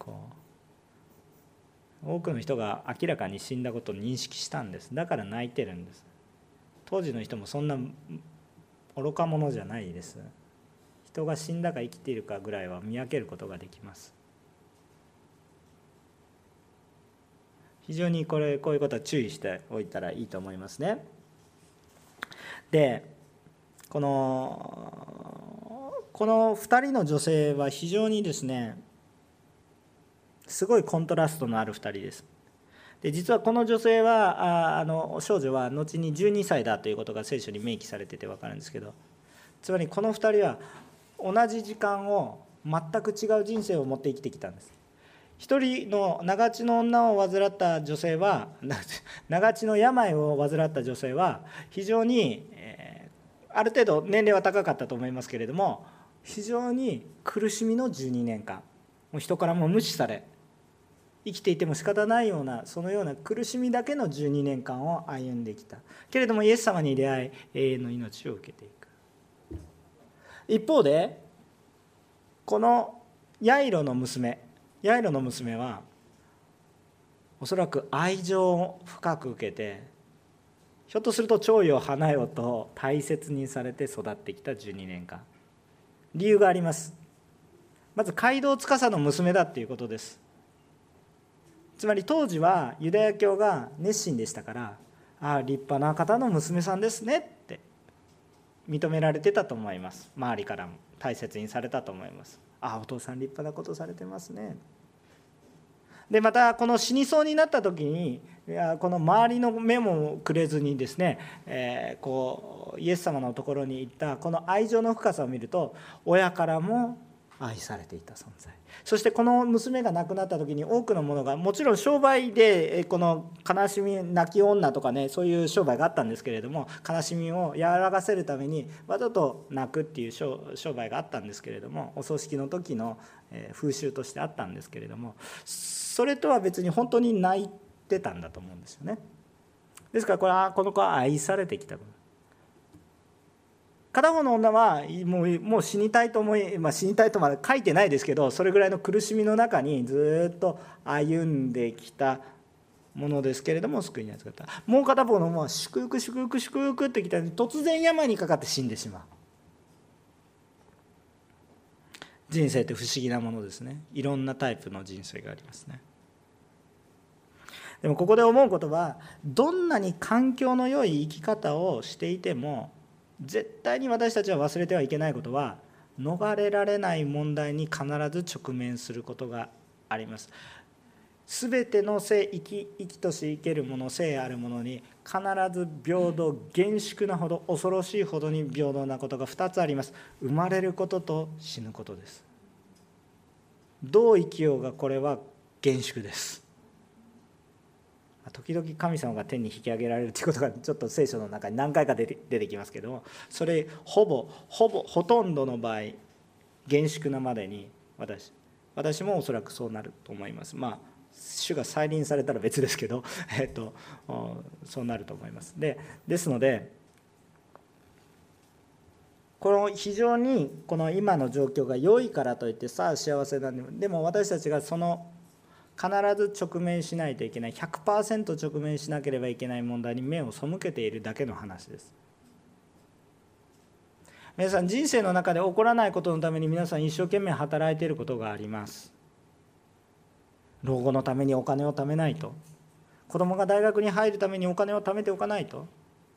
A: 多くの人が明らかに死んだことを認識したんです。だから泣いてるんです。当時の人もそんな愚か者じゃないです。人が死んだか生きているかぐらいは見分けることができます。非常にこういうことは注意しておいたらいいと思いますね。でこの2人の女性は非常にですね、すごいコントラストのある2人です。で実はこの女性は少女は後に12歳だということが聖書に明記されてて分かるんですけど、つまりこの2人は同じ時間を全く違う人生を持って生きてきたんです。一人の長血の女を患った女性は、長血の病を患った女性は非常にある程度年齢は高かったと思いますけれども、非常に苦しみの12年間、もう人からも無視され、生きていても仕方ないような、そのような苦しみだけの12年間を歩んできたけれども、イエス様に出会い永遠の命を受けていく。一方でこのヤイロの娘はおそらく愛情を深く受けて、ひょっとすると蝶よ花よと大切にされて育ってきた12年間。理由があります。まず街道司の娘だっていうことです。つまり当時はユダヤ教が熱心でしたから、立派な方の娘さんですねって認められてたと思います。周りからも大切にされたと思います。お父さん立派なことされてますね。でまたこの死にそうになった時に、この周りの目もくれずにですね、イエス様のところに行ったこの愛情の深さを見ると、親からも愛されていた存在。そしてこの娘が亡くなった時に多くのものが、もちろん商売でこの悲しみ、泣き女とかね、そういう商売があったんですけれども、悲しみを和らがせるためにわざと泣くっていう商売があったんですけれども、お葬式の時の風習としてあったんですけれども、それとは別に本当に泣いてたんだと思うんですよね。ですからこの子は愛されてきた。片方の女はもう死にたいと死にたいとまで書いてないですけど、それぐらいの苦しみの中にずっと歩んできたものですけれども、救いに預かった。もう片方の女は祝福祝福祝福ってきたのに、突然病にかかって死んでしまう。人生って不思議なものですね。いろんなタイプの人生がありますね。でもここで思うことは、どんなに環境の良い生き方をしていても、絶対に私たちは忘れてはいけないことは、逃れられない問題に必ず直面することがあります。すべての生きとし生けるもの、生あるものに必ず平等、厳粛なほど、恐ろしいほどに平等なことが2つあります。生まれることと死ぬことです。どう生きようがこれは厳粛です。時々神様が天に引き上げられるということがちょっと聖書の中に何回か出てきますけども、それほとんどの場合厳粛なまでに私もおそらくそうなると思います。主が再臨されたら別ですけど、そうなると思います。ですので、この非常にこの今の状況が良いからといってさあ幸せなんで、でも私たちがその必ず直面しないといけない 100% 直面しなければいけない問題に目を背けているだけの話です。皆さん、人生の中で起こらないことのために皆さん一生懸命働いていることがあります。老後のためにお金を貯めないと、子供が大学に入るためにお金を貯めておかないと、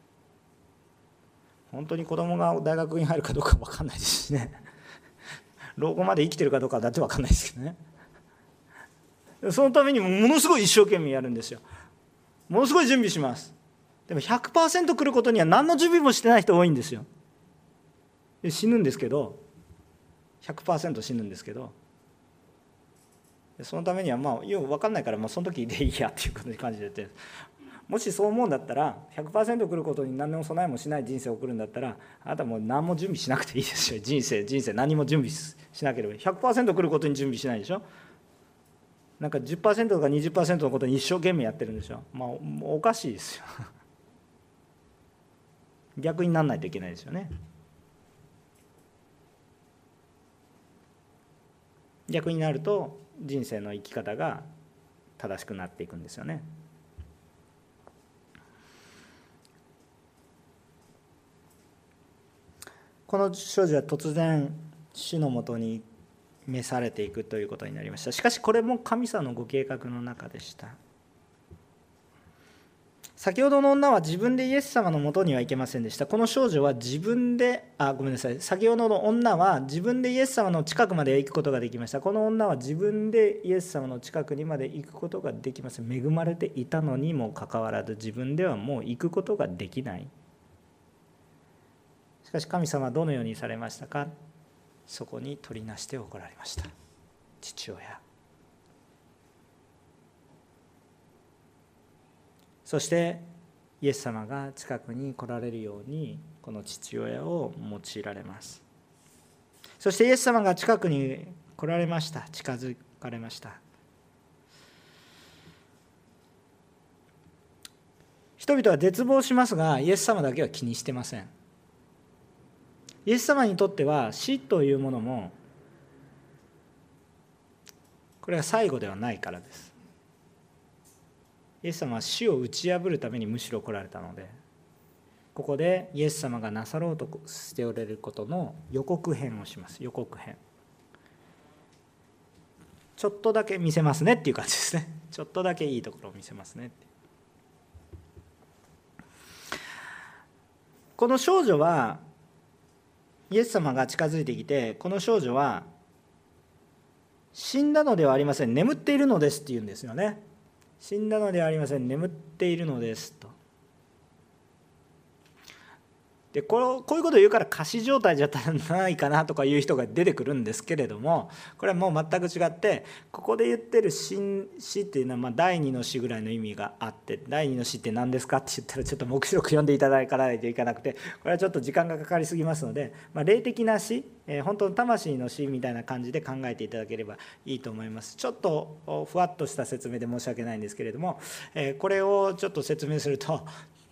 A: 本当に子供が大学に入るかどうか分かんないですしね、老後まで生きてるかどうかだって分かんないですけどね。そのためにものすごい一生懸命やるんですよ。ものすごい準備します。でも 100% 来ることには何の準備もしてない人多いんですよ。で死ぬんですけど、 100% 死ぬんですけど、そのためにはよく分かんないからその時でいいやっていうことに感じてて、もしそう思うんだったら 100% 来ることに何の備えもしない人生を送るんだったら、あなたもう何も準備しなくていいですよ。人生何も準備しなければ 100% 来ることに準備しないでしょ。なんか 10% とか 20% のことに一生懸命やってるんでしょ。おかしいですよ。逆にならないといけないですよね。逆になると人生の生き方が正しくなっていくんですよね。この少女は突然主のもとに召されていくということになりました。しかしこれも神様のご計画の中でした。先ほどの女は自分でイエス様のもとには行けませんでした。この少女は先ほどの女は自分でイエス様の近くまで行くことができました。この女は自分でイエス様の近くにまで行くことができません。恵まれていたのにもかかわらず自分ではもう行くことができない。しかし神様はどのようにされましたか。そこに取りなしておられました。父親、そしてイエス様が近くに来られるようにこの父親を用いられます。そしてイエス様が近くに来られました。近づかれました。人々は絶望しますが、イエス様だけは気にしてません。イエス様にとっては死というものもこれが最後ではないからです。イエス様は死を打ち破るためにむしろ来られたので、ここでイエス様がなさろうとしておられることの予告編をします。予告編、ちょっとだけ見せますねっていう感じですね。ちょっとだけいいところを見せますねって。この少女はイエス様が近づいてきて、この少女は死んだのではありません、眠っているのですって言うんですよね。死んだのではありません、眠っているのですと。 でこういうことを言うから仮死状態じゃないかなとかいう人が出てくるんですけれども、これはもう全く違って、ここで言ってる死っていうのは第二の死ぐらいの意味があって、第二の死って何ですかって言ったらちょっと黙示録読んでいただかないといけなくて、これはちょっと時間がかかりすぎますので、霊的な死、本当の魂の死みたいな感じで考えていただければいいと思います。ちょっとふわっとした説明で申し訳ないんですけれども、これをちょっと説明すると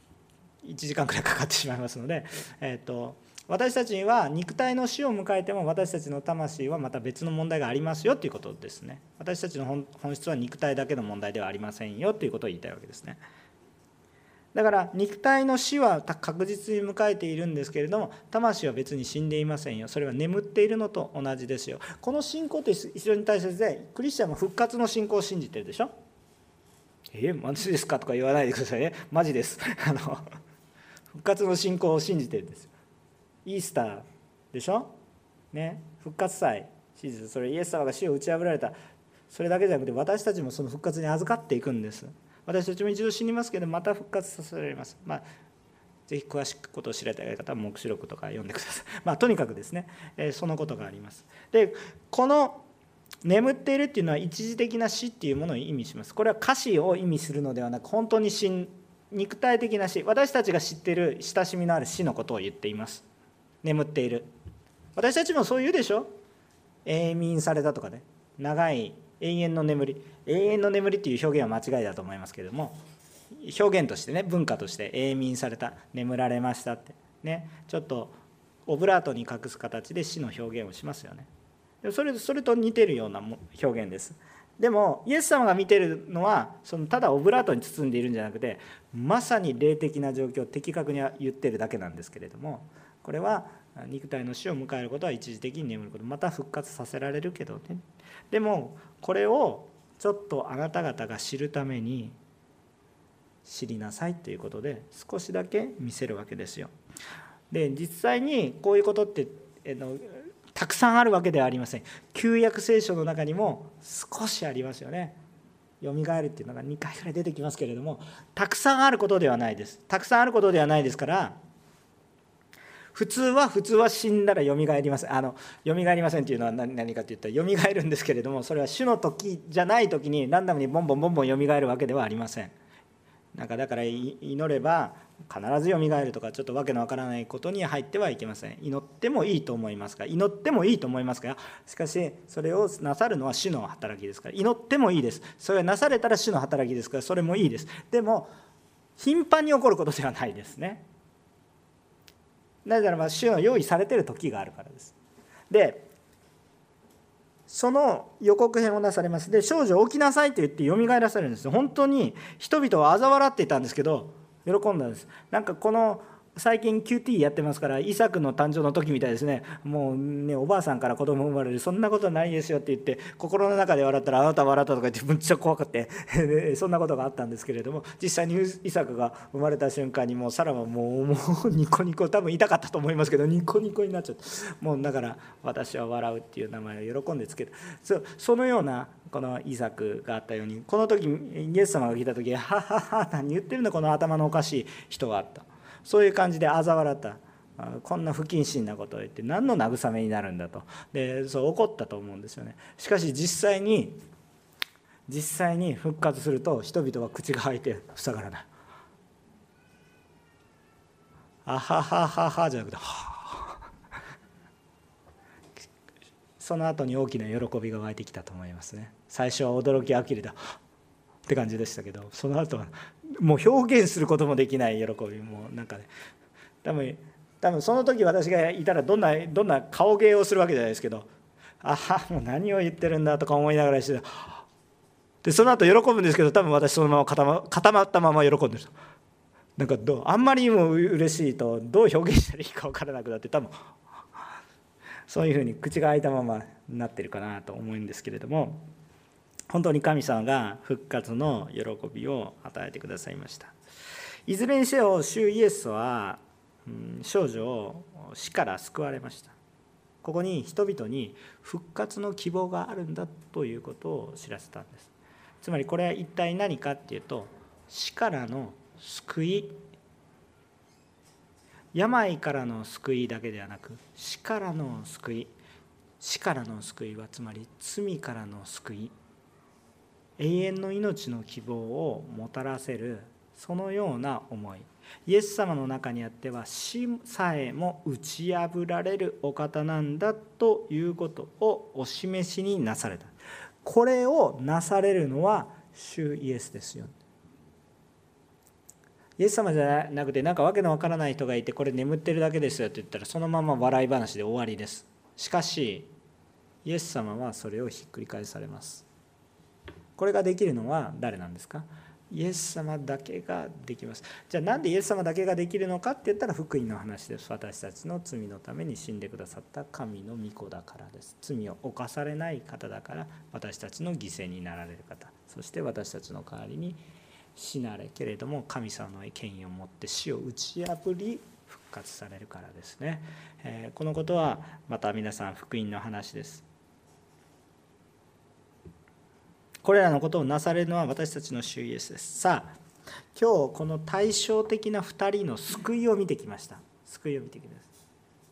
A: 1時間くらいかかってしまいますので、私たちには肉体の死を迎えても私たちの魂はまた別の問題がありますよということですね。私たちの本質は肉体だけの問題ではありませんよということを言いたいわけですね。だから肉体の死は確実に迎えているんですけれども、魂は別に死んでいませんよ。それは眠っているのと同じですよ。この信仰って非常に大切で、クリスチャンも復活の信仰を信じてるでしょ。マジですかとか言わないでくださいね。マジです復活の信仰を信じてるんですよ。イースターでしょ、ね、復活祭、史実、それイエス様が死を打ち破られた、それだけじゃなくて私たちもその復活に預かっていくんです。私たちも一度死にますけどまた復活させられます。ぜひ詳しくことを知りたい方は黙示録とか読んでください。とにかくですね、そのことがあります。でこの眠っているっていうのは一時的な死っていうものを意味します。これは仮死を意味するのではなく、本当に肉体的な死、私たちが知っている親しみのある死のことを言っています。眠っている、私たちもそう言うでしょ。永眠されたとかね、長い永遠の眠り、永遠の眠りっていう表現は間違いだと思いますけれども、表現としてね、文化として永眠された、眠られましたってね、ちょっとオブラートに隠す形で死の表現をしますよね。それと似てるような表現です。でもイエス様が見てるのはただオブラートに包んでいるんじゃなくて、まさに霊的な状況を的確に言ってるだけなんですけれども、これは肉体の死を迎えることは一時的に眠ること、また復活させられるけどね。でもこれをちょっとあなた方が知るために知りなさいということで少しだけ見せるわけですよ。で実際にこういうことってたくさんあるわけではありません。旧約聖書の中にも少しありますよね。よみがえるっていうのが2回くらい出てきますけれども、たくさんあることではないです。たくさんあることではないですから、普通は死んだらよみがえりません。よみがえりませんっていうのは何かといったら、よみがえるんですけれども、それは主の時じゃない時にランダムにボンボンよみがえるわけではありません。だから祈れば必ずよみがえるとか、ちょっとわけのわからないことに入ってはいけません。祈ってもいいと思いますが、しかしそれをなさるのは主の働きですから、祈ってもいいです。それがなされたら主の働きですから、それもいいです。でも頻繁に起こることではないですね。なぜならば主の用意されている時があるからです。でその予告編をなされます。で少女起きなさいと言ってよみがえらされるんです。本当に人々は嘲笑っていたんですけど喜んだんです。この最近 QT やってますから、イサクの誕生の時みたいですね。もうね、おばあさんから子供生まれる、そんなことないですよって言って心の中で笑ったら、あなた笑ったとか言ってむっちゃ怖くてそんなことがあったんですけれども、実際にイサクが生まれた瞬間にもうサラはもうニコニコ、多分痛かったと思いますけどニコニコになっちゃって、もうだから私は笑うっていう名前を喜んでつける。そのようなこのイサクがあったように、この時イエス様が来た時、ははは何言ってるのこの頭のおかしい人があった。そういう感じで嘲笑った。こんな不謹慎なことを言って何の慰めになるんだと。でそう怒ったと思うんですよね。しかし実際に復活すると人々は口が開いて塞がらない。あははははじゃなくてはその後に大きな喜びが湧いてきたと思いますね。最初は驚き呆れたって感じでしたけど、その後はもう表現することもできない喜び、もう多分その時私がいたらどんな顔芸をするわけじゃないですけど、もう何を言ってるんだとか思いながらして、でその後喜ぶんですけど、多分私そのまま固まったまま喜んでると、あんまりにも嬉しいとどう表現したらいいか分からなくなって、多分そういうふうに口が開いたままになってるかなと思うんですけれども、本当に神様が復活の喜びを与えてくださいました。いずれにせよ主イエスは少女を死から救われました。ここに人々に復活の希望があるんだということを知らせたんです。つまりこれは一体何かっていうと、死からの救い、 病からの救いだけではなく、死からの救いはつまり罪からの救い、永遠の命の希望をもたらせる、そのような思い、イエス様の中にあっては死さえも打ち破られるお方なんだということをお示しになされた。これをなされるのは主イエスですよ。イエス様じゃなくて、なんかわけのわからない人がいて、これ眠ってるだけですよと言ったら、そのまま笑い話で終わりです。しかしイエス様はそれをひっくり返されます。これができるのは誰なんですか？イエス様だけができます。じゃあなんでイエス様だけができるのかって言ったら、福音の話です。私たちの罪のために死んでくださった神の御子だからです。罪を犯されない方だから、私たちの犠牲になられる方、そして私たちの代わりに死なれけれども神様の権威を持って死を打ち破り復活されるからですね。このことはまた皆さん福音の話です。これらのことをなされるのは私たちの主イエスです。さあ、今日この対照的な2人の救いを見てきました。救いを見てきました、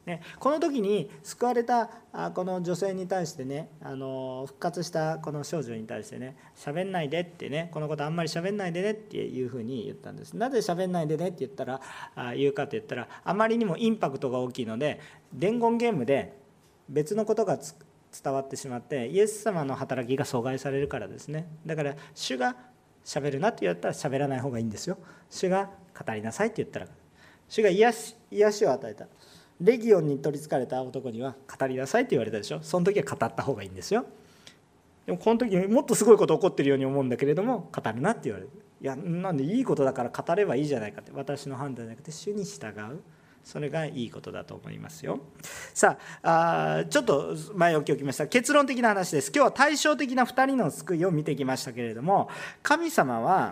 A: ね、この時に救われたこの女性に対してね、復活したこの少女に対してね、喋んないでってね、このことあんまり喋んないでねっていうふうに言ったんです。なぜ喋んないでねって言うかと言ったら、あまりにもインパクトが大きいので、伝言ゲームで別のことが伝わってしまって、イエス様の働きが阻害されるからですね。だから主が喋るなって言ったら喋らない方がいいんですよ。主が語りなさいって言ったら、主が癒しを与えたレギオンに取りつかれた男には語りなさいって言われたでしょ。その時は語った方がいいんですよ。でもこの時もっとすごいこと起こってるように思うんだけれども、語るなって言われる。いや、なんでいいことだから語ればいいじゃないかって。私の判断じゃなくて主に従う、それがいいことだと思いますよ。さあ、ちょっと前置きをきました。結論的な話です。今日は対照的な2人の救いを見てきましたけれども、神様は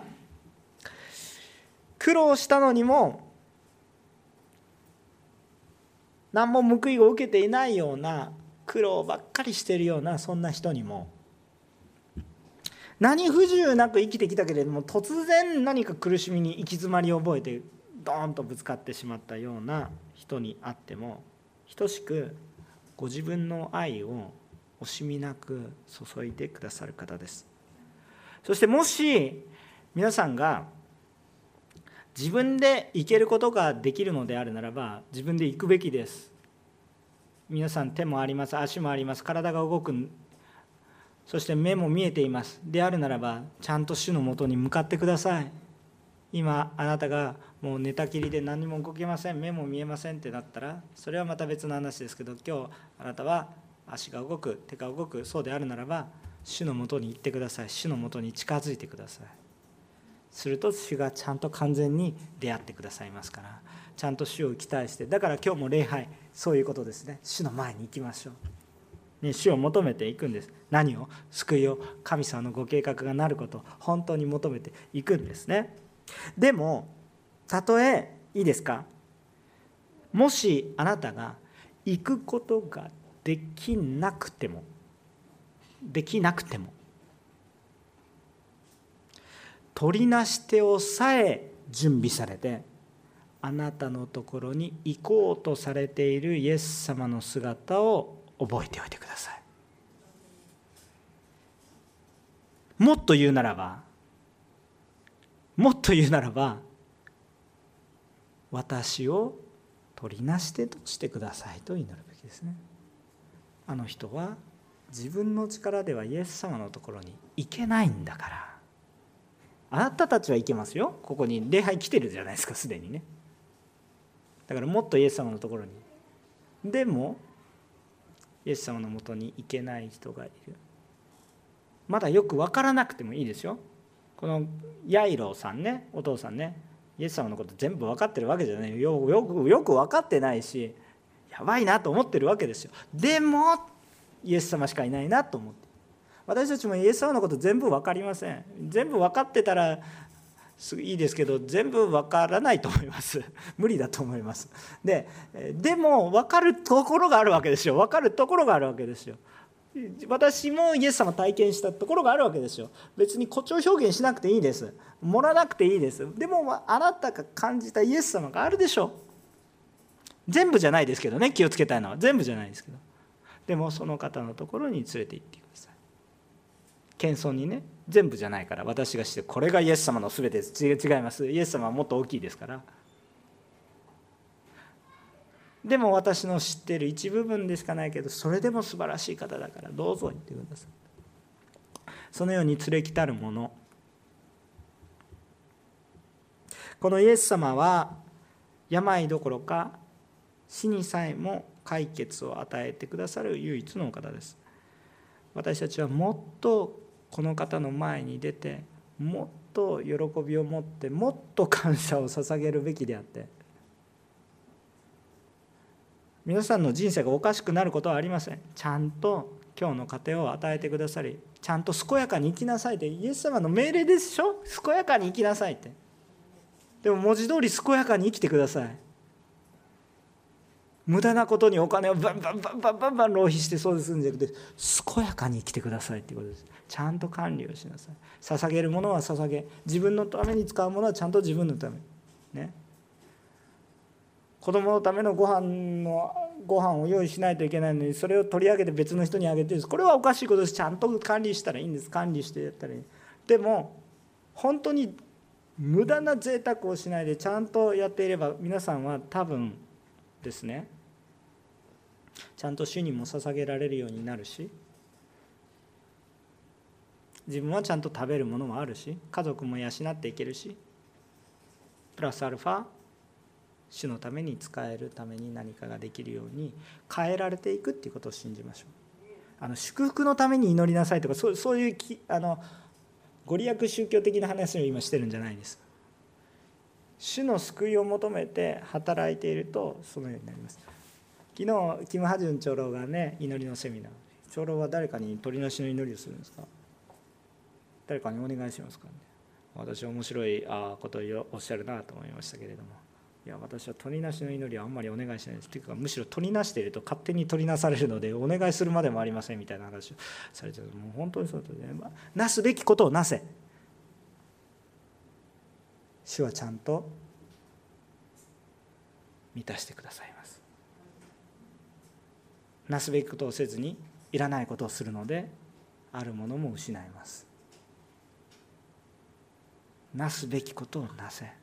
A: 苦労したのにも何も報いを受けていないような、苦労ばっかりしているような、そんな人にも、何不自由なく生きてきたけれども、突然何か苦しみに行き詰まりを覚えてドーンとぶつかってしまったような人にあっても、等しくご自分の愛を惜しみなく注いでくださる方です。そしてもし皆さんが自分で行けることができるのであるならば、自分で行くべきです。皆さん手もあります、足もあります、体が動く、そして目も見えています。であるならば、ちゃんと主のもとに向かってください。今あなたがもう寝たきりで何も動けません、目も見えませんってなったら、それはまた別の話ですけど、今日あなたは足が動く、手が動く、そうであるならば、主のもとに行ってください。主のもとに近づいてください。すると主がちゃんと完全に出会ってくださいますから、ちゃんと主を期待して、だから今日も礼拝、そういうことですね。主の前に行きましょう、ね、主を求めていくんです。何を？救いを、神様のご計画がなることを本当に求めていくんですね。でもたとえ、いいですか、もしあなたが行くことができなくても取りなし手をさえ準備されて、あなたのところに行こうとされているイエス様の姿を覚えておいてください。もっと言うならば、私を取りなし手としてくださいと祈るべきですね。あの人は自分の力ではイエス様のところに行けないんだから。あなたたちは行けますよ。ここに礼拝来てるじゃないですか、すでにね。だからもっとイエス様のところに。でもイエス様のもとに行けない人がいる。まだよく分からなくてもいいですよ。このヤイロさんね、お父さんね、イエス様のこと全部分かってるわけじゃない。よく分かってないし、やばいなと思ってるわけですよ。でもイエス様しかいないなと思って、私たちもイエス様のこと全部分かりません。全部分かってたらいいですけど、全部分からないと思います。無理だと思います。でも分かるところがあるわけですよ。私もイエス様体験したところがあるわけですよ。別に誇張表現しなくていいです。盛らなくていいです。でもあなたが感じたイエス様があるでしょ全部じゃないですけどね、気をつけたいのは全部じゃないですけど、でもその方のところに連れて行ってください。謙遜にね、全部じゃないから、私がしてこれがイエス様の全てです。違います。イエス様はもっと大きいですから。でも私の知っている一部分でしかないけど、それでも素晴らしい方だからどうぞ言ってください。そのように連れ来たるもの、このイエス様は病どころか死にさえも解決を与えてくださる唯一のお方です。私たちはもっとこの方の前に出て、もっと喜びを持って、もっと感謝を捧げるべきであって、皆さんの人生がおかしくなることはありません。ちゃんと今日の糧を与えてくださり、ちゃんと健やかに生きなさいってイエス様の命令でしょ。健やかに生きなさいって。でも文字通り健やかに生きてください。無駄なことにお金をバンバンバンバンバンバン浪費してそうするんじゃなくて、健やかに生きてくださいっていうことです。ちゃんと管理をしなさい。捧げるものは捧げ、自分のために使うものはちゃんと自分のためね。子供のためのご飯を用意しないといけないのに、それを取り上げて別の人にあげてるんです。これはおかしいことです。ちゃんと管理したらいいんです。管理してやったらいい。でも本当に無駄な贅沢をしないでちゃんとやっていれば、皆さんは多分ですね、ちゃんと主にも捧げられるようになるし、自分はちゃんと食べるものもあるし、家族も養っていけるし、プラスアルファ主のために使えるために何かができるように変えられていくっていうことを信じましょう。祝福のために祈りなさいとか、そういうご利益宗教的な話を今してるんじゃないです。主の救いを求めて働いているとそのようになります。昨日キム・ハジュン長老がね、祈りのセミナー、長老は誰かに鳥なしの祈りをするんですか？誰かにお願いしますかね。私は面白いことをおっしゃるなと思いましたけれども、いや私は鳥なしの祈りはあんまりお願いしないです。というかむしろ鳥なしていると勝手に鳥なされるのでお願いするまでもありませんみたいな話をされて、もう本当にそうで、なすべきことをなせ。主はちゃんと満たしてくださいます。なすべきことをせずにいらないことをするので、あるものも失います。なすべきことをなせ。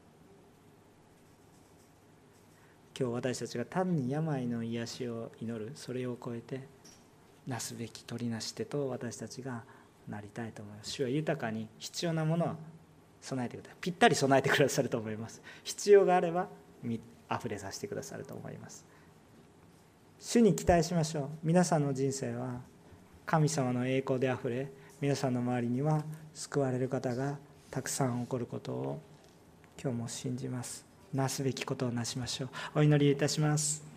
A: 今日私たちが単に病の癒しを祈る、それを超えてなすべき取りなし手と私たちがなりたいと思います。主は豊かに必要なものは備えてください。ぴったり備えてくださると思います。必要があればあふれさせてくださると思います。主に期待しましょう。皆さんの人生は神様の栄光であふれ、皆さんの周りには救われる方がたくさん起こることを今日も信じます。なすべきことをなしましょう。お祈りいたします。